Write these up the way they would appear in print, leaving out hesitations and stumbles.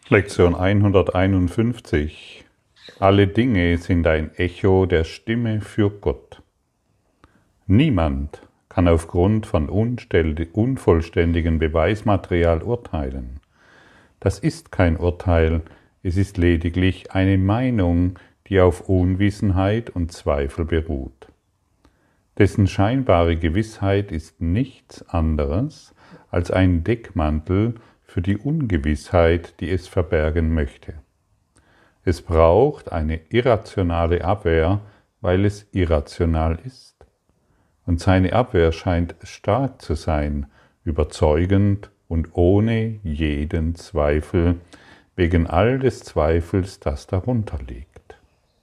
Lektion 151. Alle Dinge sind ein Echo der Stimme für Gott. Niemand kann aufgrund von unvollständigem Beweismaterial urteilen. Das ist kein Urteil, es ist lediglich eine Meinung, die auf Unwissenheit und Zweifel beruht. Dessen scheinbare Gewissheit ist nichts anderes als ein Deckmantel für die Ungewissheit, die es verbergen möchte. Es braucht eine irrationale Abwehr, weil es irrational ist. Und seine Abwehr scheint stark zu sein, überzeugend und ohne jeden Zweifel, wegen all des Zweifels, das darunter liegt.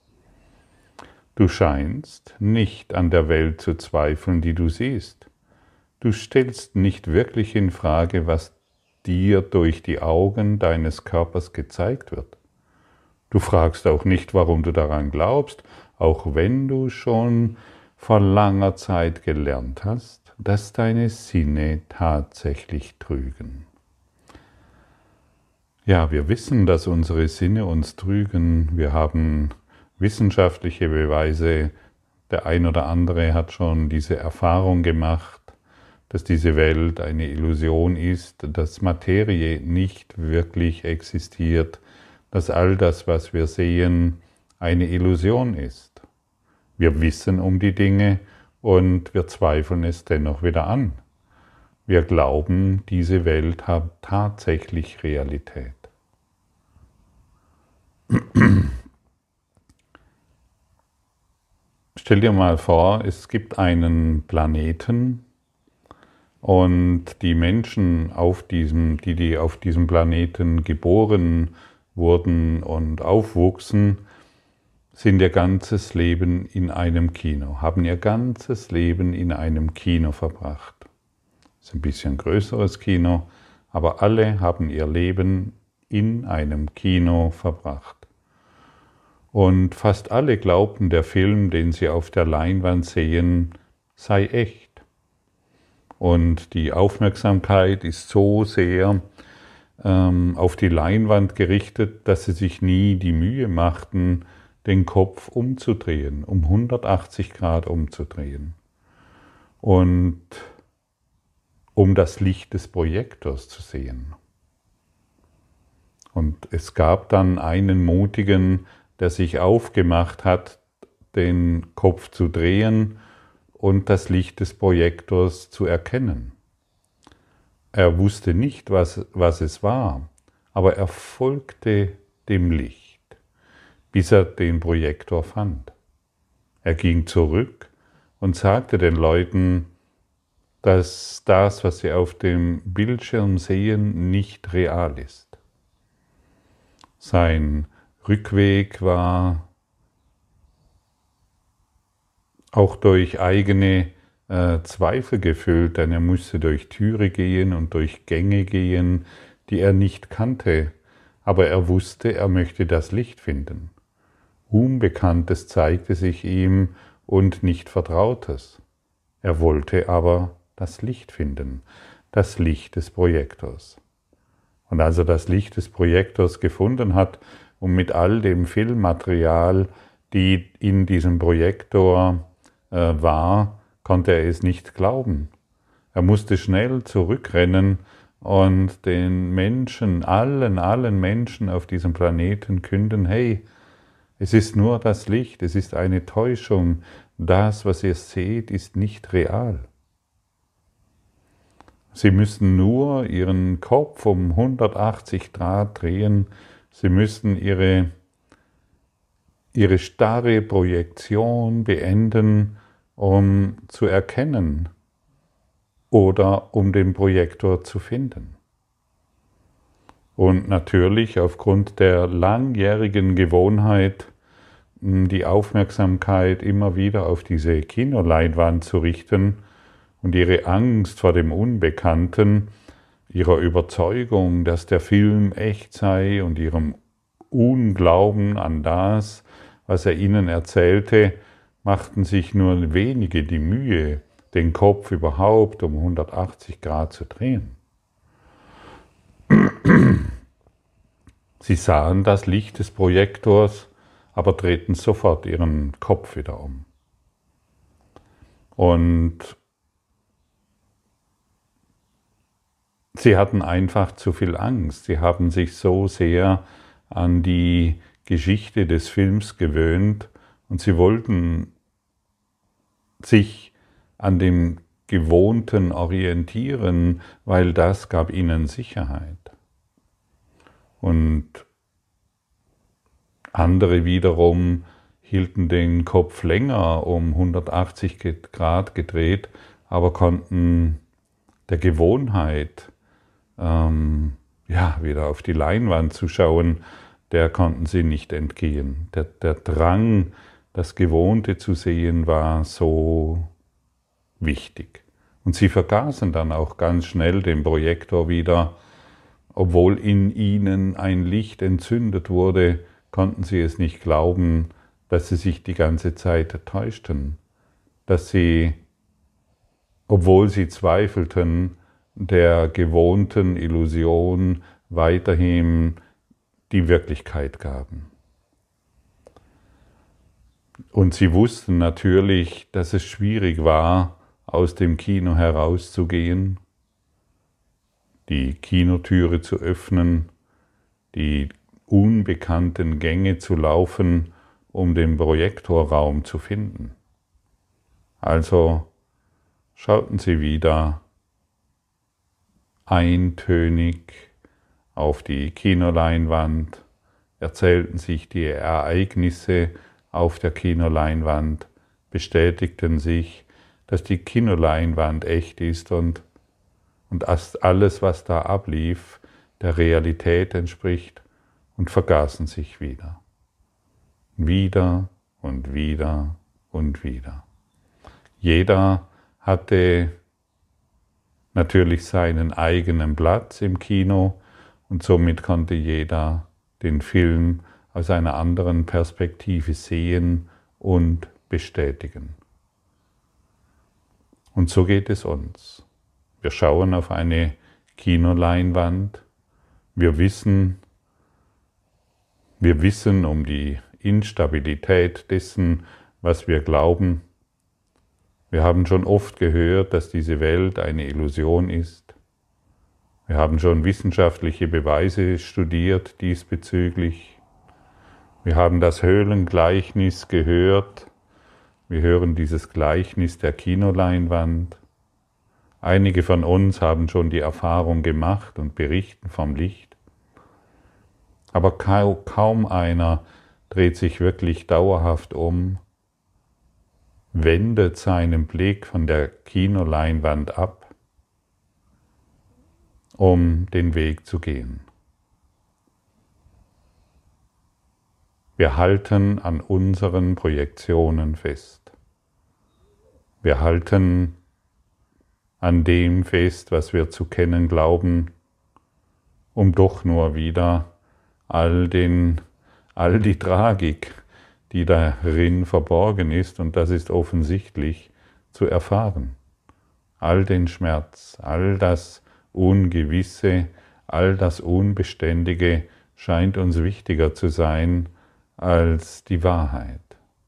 Du scheinst nicht an der Welt zu zweifeln, die du siehst. Du stellst nicht wirklich in Frage, was dir durch die Augen deines Körpers gezeigt wird. Du fragst auch nicht, warum du daran glaubst, auch wenn du schon vor langer Zeit gelernt hast, dass deine Sinne tatsächlich trügen. Ja, wir wissen, dass unsere Sinne uns trügen. Wir haben wissenschaftliche Beweise. Der ein oder andere hat schon diese Erfahrung gemacht, dass diese Welt eine Illusion ist, dass Materie nicht wirklich existiert, dass all das, was wir sehen, eine Illusion ist. Wir wissen um die Dinge und wir zweifeln es dennoch wieder an. Wir glauben, diese Welt hat tatsächlich Realität. Stell dir mal vor, es gibt einen Planeten, und die Menschen, die auf diesem Planeten geboren wurden und aufwuchsen, sind ihr ganzes Leben in einem Kino, haben ihr ganzes Leben in einem Kino verbracht. Das ist ein bisschen größeres Kino, aber alle haben ihr Leben in einem Kino verbracht. Und fast alle glaubten, der Film, den sie auf der Leinwand sehen, sei echt. Und die Aufmerksamkeit ist so sehr auf die Leinwand gerichtet, dass sie sich nie die Mühe machten, den Kopf umzudrehen, um 180 Grad umzudrehen. Und um das Licht des Projektors zu sehen. Und es gab dann einen Mutigen, der sich aufgemacht hat, den Kopf zu drehen und das Licht des Projektors zu erkennen. Er wusste nicht, was es war, aber er folgte dem Licht, bis er den Projektor fand. Er ging zurück und sagte den Leuten, dass das, was sie auf dem Bildschirm sehen, nicht real ist. Sein Rückweg war auch durch eigene Zweifel gefüllt, denn er musste durch Türe gehen und durch Gänge gehen, die er nicht kannte, aber er wusste, er möchte das Licht finden. Unbekanntes zeigte sich ihm und nicht Vertrautes. Er wollte aber das Licht finden, das Licht des Projektors. Und als er das Licht des Projektors gefunden hat und mit all dem Filmmaterial, die in diesem Projektor war, konnte er es nicht glauben. Er musste schnell zurückrennen und den Menschen, allen Menschen auf diesem Planeten künden, hey, es ist nur das Licht, es ist eine Täuschung, das, was ihr seht, ist nicht real. Sie müssen nur ihren Kopf um 180 Grad drehen, sie müssen ihre starre Projektion beenden, um zu erkennen oder um den Projektor zu finden. Und natürlich aufgrund der langjährigen Gewohnheit, die Aufmerksamkeit immer wieder auf diese Kinoleinwand zu richten und ihre Angst vor dem Unbekannten, ihrer Überzeugung, dass der Film echt sei und ihrem Unglauben an das, was er ihnen erzählte, machten sich nur wenige die Mühe, den Kopf überhaupt um 180 Grad zu drehen. Sie sahen das Licht des Projektors, aber drehten sofort ihren Kopf wieder um. Und sie hatten einfach zu viel Angst. Sie haben sich so sehr an die Geschichte des Films gewöhnt und sie wollten sich an dem Gewohnten orientieren, weil das gab ihnen Sicherheit. Und andere wiederum hielten den Kopf länger um 180 Grad gedreht, aber konnten der Gewohnheit, wieder auf die Leinwand zu schauen, der konnten sie nicht entgehen. Der Drang, das Gewohnte zu sehen, war so wichtig. Und sie vergaßen dann auch ganz schnell den Projektor wieder. Obwohl in ihnen ein Licht entzündet wurde, konnten sie es nicht glauben, dass sie sich die ganze Zeit täuschten, dass sie, obwohl sie zweifelten, der gewohnten Illusion weiterhin die Wirklichkeit gaben. Und sie wussten natürlich, dass es schwierig war, aus dem Kino herauszugehen, die Kinotüre zu öffnen, die unbekannten Gänge zu laufen, um den Projektorraum zu finden. Also schauten sie wieder eintönig auf die Kinoleinwand, erzählten sich die Ereignisse auf der Kinoleinwand, bestätigten sich, dass die Kinoleinwand echt ist und alles, was da ablief, der Realität entspricht und vergaßen sich wieder. Wieder und wieder und wieder. Jeder hatte natürlich seinen eigenen Platz im Kino und somit konnte jeder den Film aus einer anderen Perspektive sehen und bestätigen. Und so geht es uns. Wir schauen auf eine Kinoleinwand, wir wissen um die Instabilität dessen, was wir glauben. Wir haben schon oft gehört, dass diese Welt eine Illusion ist. Wir haben schon wissenschaftliche Beweise studiert diesbezüglich. Wir haben das Höhlengleichnis gehört. Wir hören dieses Gleichnis der Kinoleinwand. Einige von uns haben schon die Erfahrung gemacht und berichten vom Licht. Aber kaum einer dreht sich wirklich dauerhaft um, wendet seinen Blick von der Kinoleinwand ab, um den Weg zu gehen. Wir halten an unseren Projektionen fest. Wir halten an dem fest, was wir zu kennen glauben, um doch nur wieder all die Tragik, die darin verborgen ist, und das ist offensichtlich, zu erfahren. All den Schmerz, all das Ungewisse, all das Unbeständige scheint uns wichtiger zu sein als die Wahrheit.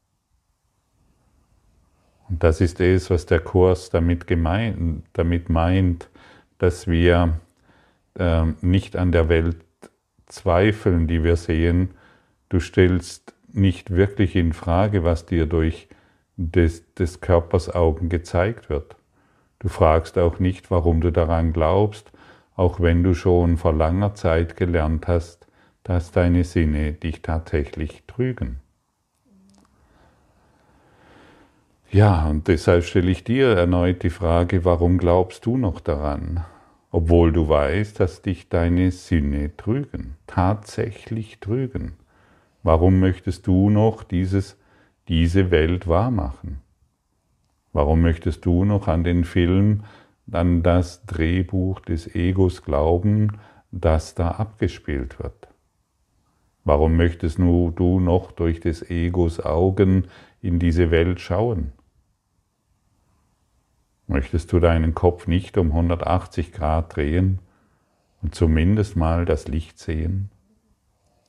Und das ist es, was der Kurs damit meint, dass wir nicht an der Welt zweifeln, die wir sehen. Du stellst nicht wirklich in Frage, was dir durch des Körpers Augen gezeigt wird. Du fragst auch nicht, warum du daran glaubst, auch wenn du schon vor langer Zeit gelernt hast, dass deine Sinne dich tatsächlich trügen. Ja, und deshalb stelle ich dir erneut die Frage, warum glaubst du noch daran, obwohl du weißt, dass dich deine Sinne trügen, tatsächlich trügen. Warum möchtest du noch diese Welt wahrmachen? Warum möchtest du noch an den Film, an das Drehbuch des Egos glauben, das da abgespielt wird? Warum möchtest du noch durch des Egos Augen in diese Welt schauen? Möchtest du deinen Kopf nicht um 180 Grad drehen und zumindest mal das Licht sehen?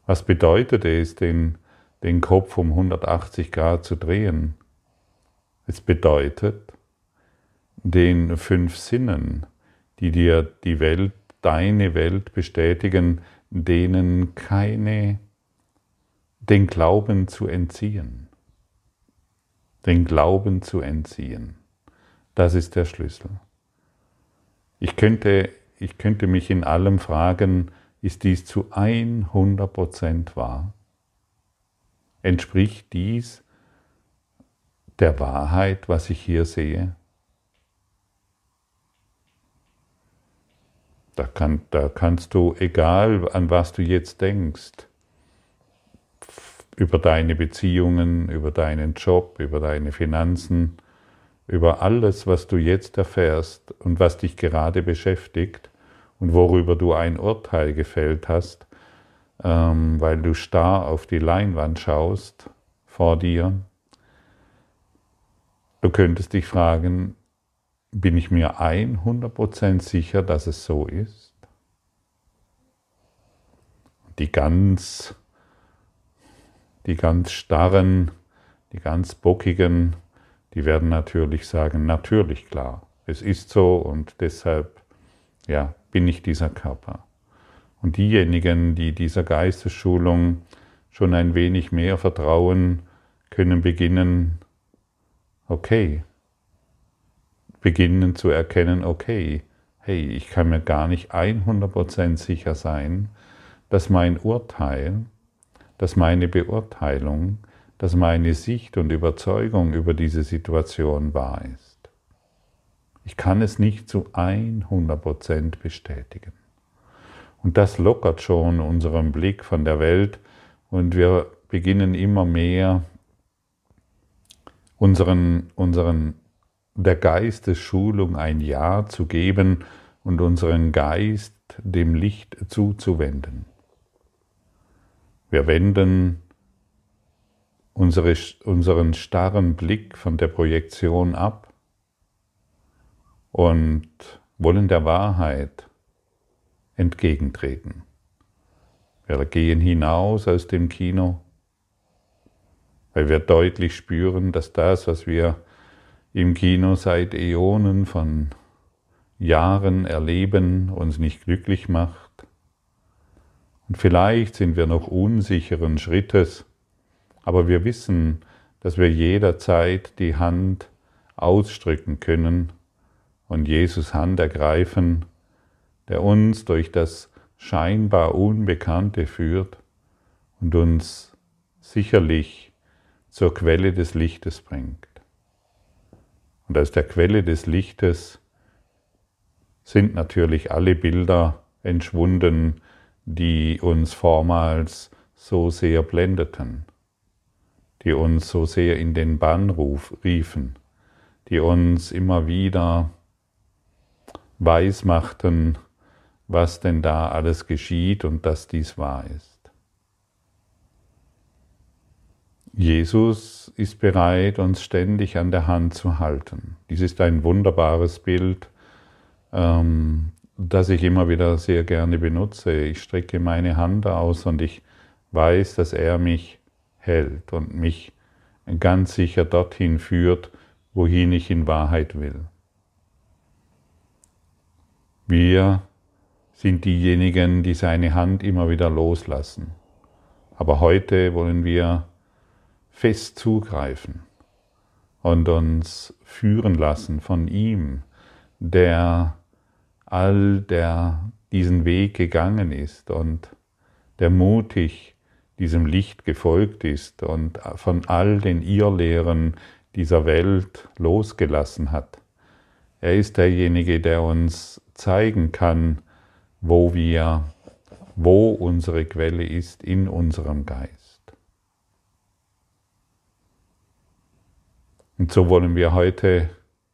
Was bedeutet es, den Kopf um 180 Grad zu drehen? Es bedeutet, den 5 Sinnen, die dir die Welt, deine Welt bestätigen, denen den Glauben zu entziehen. Den Glauben zu entziehen. Das ist der Schlüssel. Ich könnte mich in allem fragen, ist dies zu 100% wahr? Entspricht dies der Wahrheit, was ich hier sehe? Da kannst du, egal an was du jetzt denkst, über deine Beziehungen, über deinen Job, über deine Finanzen, über alles, was du jetzt erfährst und was dich gerade beschäftigt und worüber du ein Urteil gefällt hast, weil du starr auf die Leinwand schaust vor dir. Du könntest dich fragen, bin ich mir 100% sicher, dass es so ist? Die ganz starren, die ganz bockigen, die werden natürlich sagen, natürlich klar, es ist so und deshalb bin ich dieser Körper. Und diejenigen, die dieser Geistesschulung schon ein wenig mehr vertrauen, können beginnen zu erkennen, okay, hey, ich kann mir gar nicht 100% sicher sein, dass mein Urteil, dass meine Beurteilung, dass meine Sicht und Überzeugung über diese Situation wahr ist. Ich kann es nicht zu 100% bestätigen. Und das lockert schon unseren Blick von der Welt und wir beginnen immer mehr der Geistesschulung ein Ja zu geben und unseren Geist dem Licht zuzuwenden. Wir wenden unseren starren Blick von der Projektion ab und wollen der Wahrheit entgegentreten. Wir gehen hinaus aus dem Kino, weil wir deutlich spüren, dass das, was wir im Kino seit Äonen von Jahren erleben, uns nicht glücklich macht. Und vielleicht sind wir noch unsicheren Schrittes, aber wir wissen, dass wir jederzeit die Hand ausstrecken können und Jesus' Hand ergreifen, der uns durch das scheinbar Unbekannte führt und uns sicherlich zur Quelle des Lichtes bringt. Und aus der Quelle des Lichtes sind natürlich alle Bilder entschwunden, die uns vormals so sehr blendeten, die uns so sehr in den Bann riefen, die uns immer wieder weismachten, was denn da alles geschieht und dass dies wahr ist. Jesus ist bereit, uns ständig an der Hand zu halten. Dies ist ein wunderbares Bild, das ich immer wieder sehr gerne benutze. Ich strecke meine Hand aus und ich weiß, dass er mich hält und mich ganz sicher dorthin führt, wohin ich in Wahrheit will. Wir sind diejenigen, die seine Hand immer wieder loslassen. Aber heute wollen wir fest zugreifen und uns führen lassen von ihm, der diesen Weg gegangen ist und der mutig diesem Licht gefolgt ist und von all den Irrlehren dieser Welt losgelassen hat. Er ist derjenige, der uns zeigen kann, wo unsere Quelle ist in unserem Geist. Und so wollen wir heute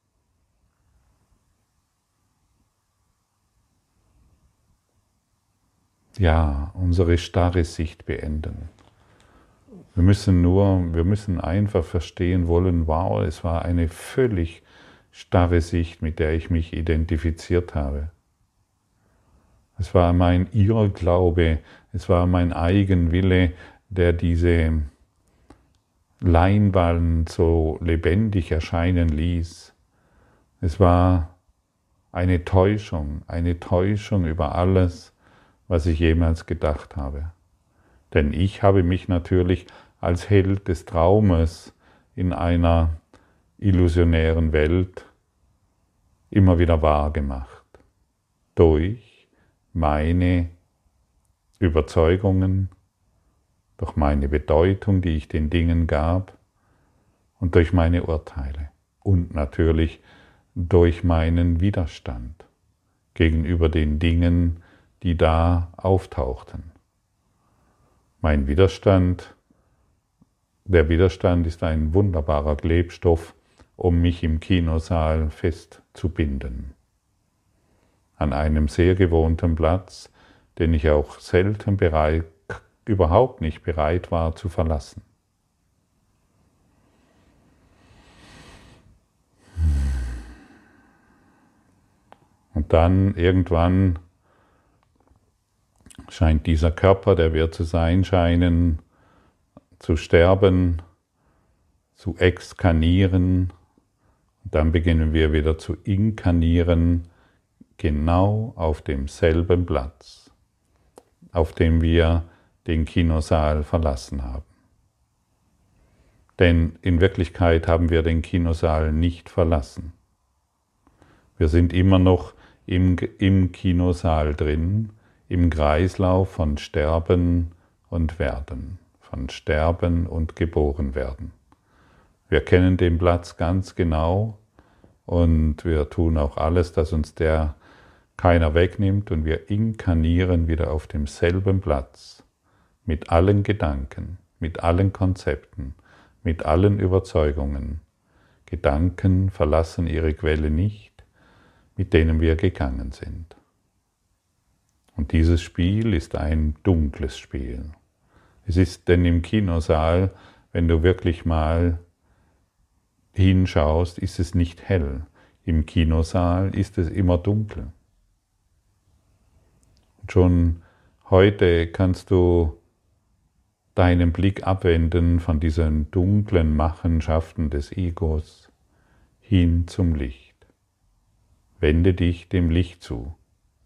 unsere starre Sicht beenden. Wir müssen einfach verstehen wollen, wow, es war eine völlig starre Sicht, mit der ich mich identifiziert habe. Es war mein Irrglaube, es war mein Eigenwille, der diese Leinwand so lebendig erscheinen ließ. Es war eine Täuschung über alles, was ich jemals gedacht habe. Denn ich habe mich natürlich als Held des Traumes in einer illusionären Welt immer wieder wahrgemacht. Durch meine Überzeugungen, durch meine Bedeutung, die ich den Dingen gab und durch meine Urteile und natürlich durch meinen Widerstand gegenüber den Dingen, die da auftauchten. Mein Widerstand, der Widerstand ist ein wunderbarer Klebstoff, um mich im Kinosaal festzubinden. An einem sehr gewohnten Platz, den ich auch selten überhaupt nicht bereit war zu verlassen. Und dann irgendwann scheint dieser Körper, der wir zu sein scheinen, zu sterben, zu exkarnieren. Und dann beginnen wir wieder zu inkarnieren, genau auf demselben Platz, auf dem wir den Kinosaal verlassen haben. Denn in Wirklichkeit haben wir den Kinosaal nicht verlassen. Wir sind immer noch im Kinosaal drin, im Kreislauf von Sterben und Werden, von Sterben und geboren werden. Wir kennen den Platz ganz genau und wir tun auch alles, dass uns der keiner wegnimmt, und wir inkarnieren wieder auf demselben Platz mit allen Gedanken, mit allen Konzepten, mit allen Überzeugungen. Gedanken verlassen ihre Quelle nicht, mit denen wir gegangen sind. Und dieses Spiel ist ein dunkles Spiel. Es ist denn im Kinosaal, wenn du wirklich mal hinschaust, ist es nicht hell. Im Kinosaal ist es immer dunkel. Und schon heute kannst du deinen Blick abwenden von diesen dunklen Machenschaften des Egos hin zum Licht. Wende dich dem Licht zu.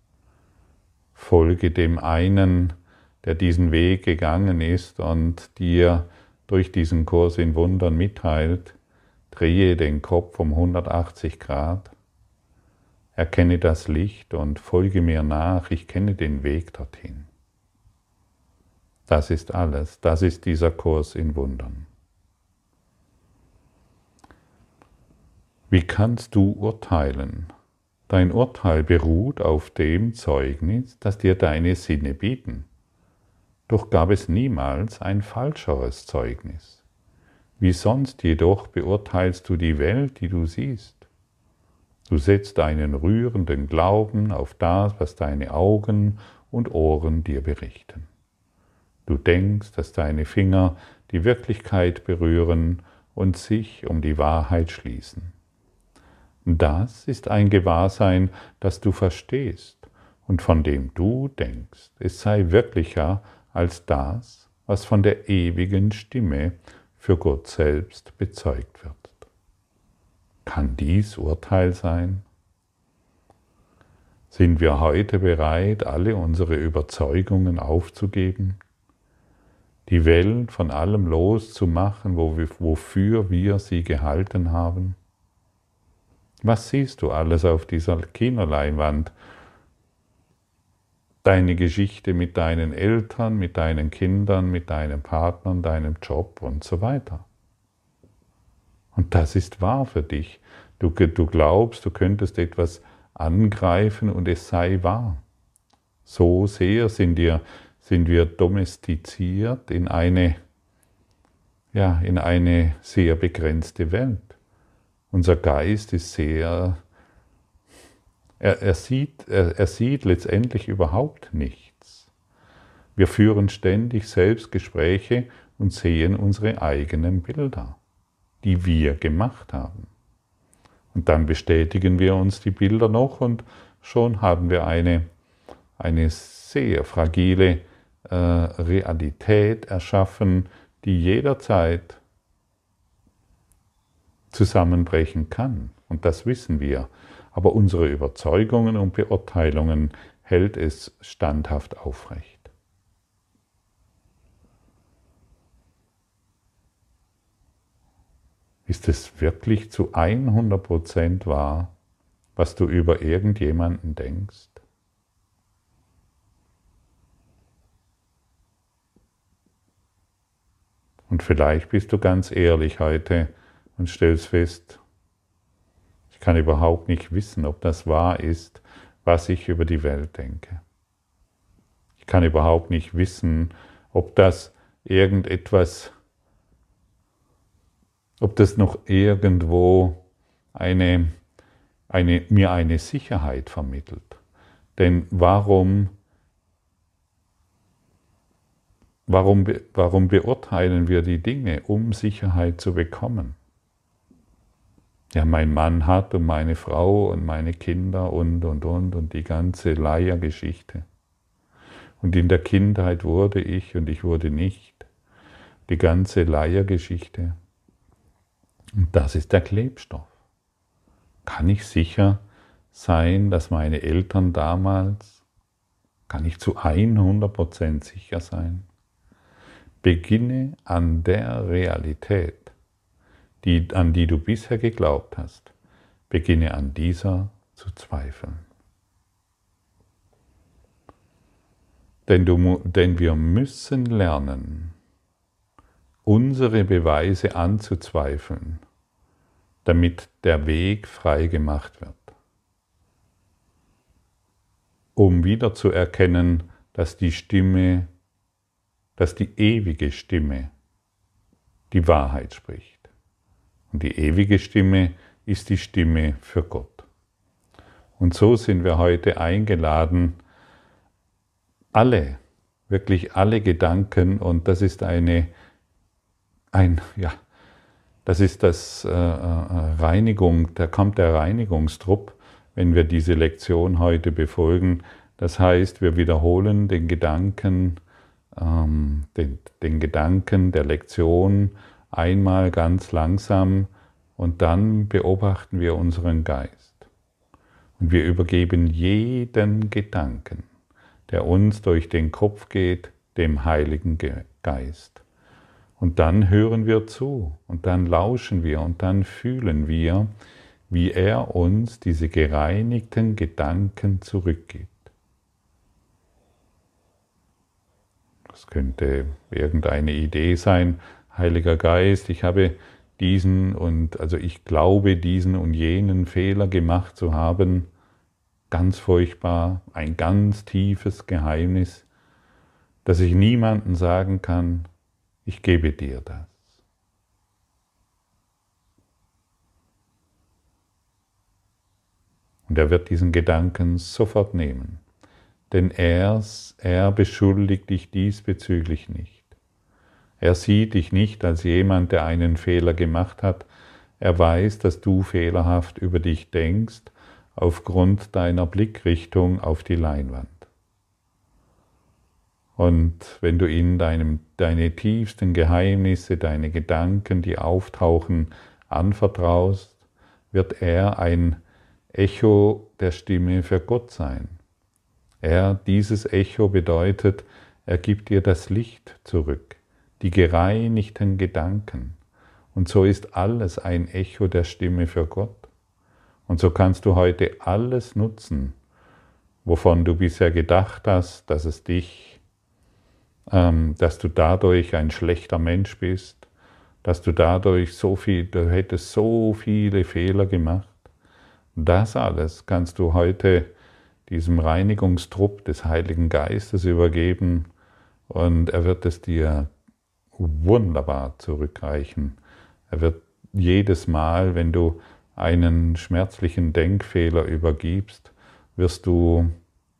Folge dem einen, der diesen Weg gegangen ist und dir durch diesen Kurs in Wundern mitteilt, drehe den Kopf um 180 Grad, erkenne das Licht und folge mir nach, ich kenne den Weg dorthin. Das ist alles, das ist dieser Kurs in Wundern. Wie kannst du urteilen? Dein Urteil beruht auf dem Zeugnis, das dir deine Sinne bieten. Doch gab es niemals ein falscheres Zeugnis. Wie sonst jedoch beurteilst du die Welt, die du siehst? Du setzt einen rührenden Glauben auf das, was deine Augen und Ohren dir berichten. Du denkst, dass deine Finger die Wirklichkeit berühren und sich um die Wahrheit schließen. Das ist ein Gewahrsein, das du verstehst und von dem du denkst, es sei wirklicher als das, was von der ewigen Stimme für Gott selbst bezeugt wird. Kann dies Urteil sein? Sind wir heute bereit, alle unsere Überzeugungen aufzugeben? Die Welt von allem loszumachen, wofür wir sie gehalten haben? Was siehst du alles auf dieser Kinoleinwand? Deine Geschichte mit deinen Eltern, mit deinen Kindern, mit deinen Partnern, deinem Job und so weiter. Und das ist wahr für dich. Du glaubst, du könntest etwas angreifen und es sei wahr. So sehr sind wir domestiziert in eine sehr begrenzte Welt. Unser Geist ist sehr, er sieht letztendlich überhaupt nichts. Wir führen ständig Selbstgespräche und sehen unsere eigenen Bilder, die wir gemacht haben. Und dann bestätigen wir uns die Bilder noch und schon haben wir eine eine sehr fragile Realität erschaffen, die jederzeit zusammenbrechen kann. Und das wissen wir. Aber unsere Überzeugungen und Beurteilungen hält es standhaft aufrecht. Ist es wirklich zu 100% wahr, was du über irgendjemanden denkst? Und vielleicht bist du ganz ehrlich heute und stellst fest, ich kann überhaupt nicht wissen, ob das wahr ist, was ich über die Welt denke. Ich kann überhaupt nicht wissen, ob das irgendetwas, ob das noch irgendwo mir eine Sicherheit vermittelt. Denn warum beurteilen wir die Dinge, um Sicherheit zu bekommen? Ja, mein Mann hat und meine Frau und meine Kinder und die ganze Leiergeschichte. Und in der Kindheit wurde ich und ich wurde nicht. Die ganze Leiergeschichte. Und das ist der Klebstoff. Kann ich sicher sein, dass meine Eltern damals, kann ich zu 100% sicher sein? Beginne an der Realität, an die du bisher geglaubt hast. Beginne an dieser zu zweifeln. Denn wir müssen lernen, unsere Beweise anzuzweifeln, damit der Weg frei gemacht wird. Um wieder zu erkennen, dass die ewige Stimme die Wahrheit spricht. Und die ewige Stimme ist die Stimme für Gott. Und so sind wir heute eingeladen, wirklich alle Gedanken, und das ist das ist Reinigung, da kommt der Reinigungstrupp, wenn wir diese Lektion heute befolgen. Das heißt, wir wiederholen den Gedanken der Lektion einmal ganz langsam und dann beobachten wir unseren Geist. Und wir übergeben jeden Gedanken, der uns durch den Kopf geht, dem Heiligen Geist. Und dann hören wir zu und dann lauschen wir und dann fühlen wir, wie er uns diese gereinigten Gedanken zurückgibt. Das könnte irgendeine Idee sein, Heiliger Geist, ich habe ich glaube, diesen und jenen Fehler gemacht zu haben, ganz furchtbar, ein ganz tiefes Geheimnis, dass ich niemandem sagen kann, ich gebe dir das. Und er wird diesen Gedanken sofort nehmen, denn er beschuldigt dich diesbezüglich nicht. Er sieht dich nicht als jemand, der einen Fehler gemacht hat. Er weiß, dass du fehlerhaft über dich denkst, aufgrund deiner Blickrichtung auf die Leinwand. Und wenn du ihm deine tiefsten Geheimnisse, deine Gedanken, die auftauchen, anvertraust, wird er ein Echo der Stimme für Gott sein. Dieses Echo bedeutet, er gibt dir das Licht zurück, die gereinigten Gedanken. Und so ist alles ein Echo der Stimme für Gott. Und so kannst du heute alles nutzen, wovon du bisher gedacht hast, dass du dadurch ein schlechter Mensch bist, dass du dadurch du hättest so viele Fehler gemacht. Das alles kannst du heute diesem Reinigungstrupp des Heiligen Geistes übergeben und er wird es dir wunderbar zurückreichen. Er wird jedes Mal, wenn du einen schmerzlichen Denkfehler übergibst, wirst du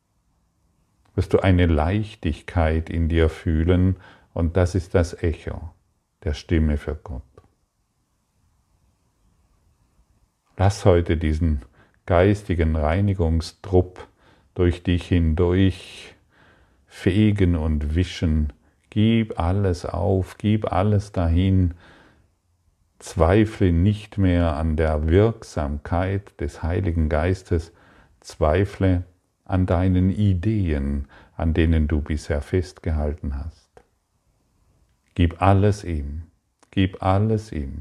eine Leichtigkeit in dir fühlen und das ist das Echo der Stimme für Gott. Lass heute diesen geistigen Reinigungstrupp durch dich hindurch fegen und wischen. Gib alles auf, gib alles dahin. Zweifle nicht mehr an der Wirksamkeit des Heiligen Geistes, zweifle an deinen Ideen, an denen du bisher festgehalten hast. Gib alles ihm, gib alles ihm.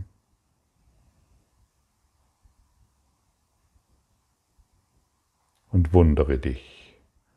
Und wundere dich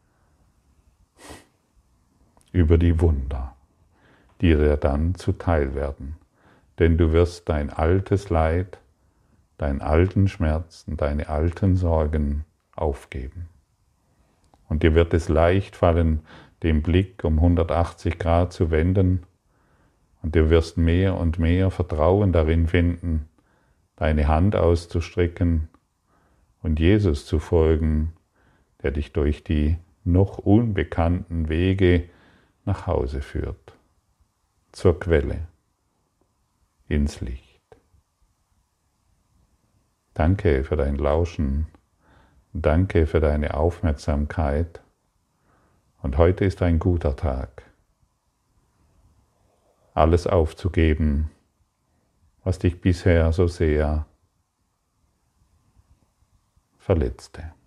über die Wunder, die dir dann zuteil werden. Denn du wirst dein altes Leid, deinen alten Schmerz und deine alten Sorgen aufgeben. Und dir wird es leicht fallen, den Blick um 180 Grad zu wenden, und du wirst mehr und mehr Vertrauen darin finden, deine Hand auszustrecken und Jesus zu folgen, der dich durch die noch unbekannten Wege nach Hause führt, zur Quelle, ins Licht. Danke für dein Lauschen, danke für deine Aufmerksamkeit, und heute ist ein guter Tag, alles aufzugeben, was dich bisher so sehr verletzte.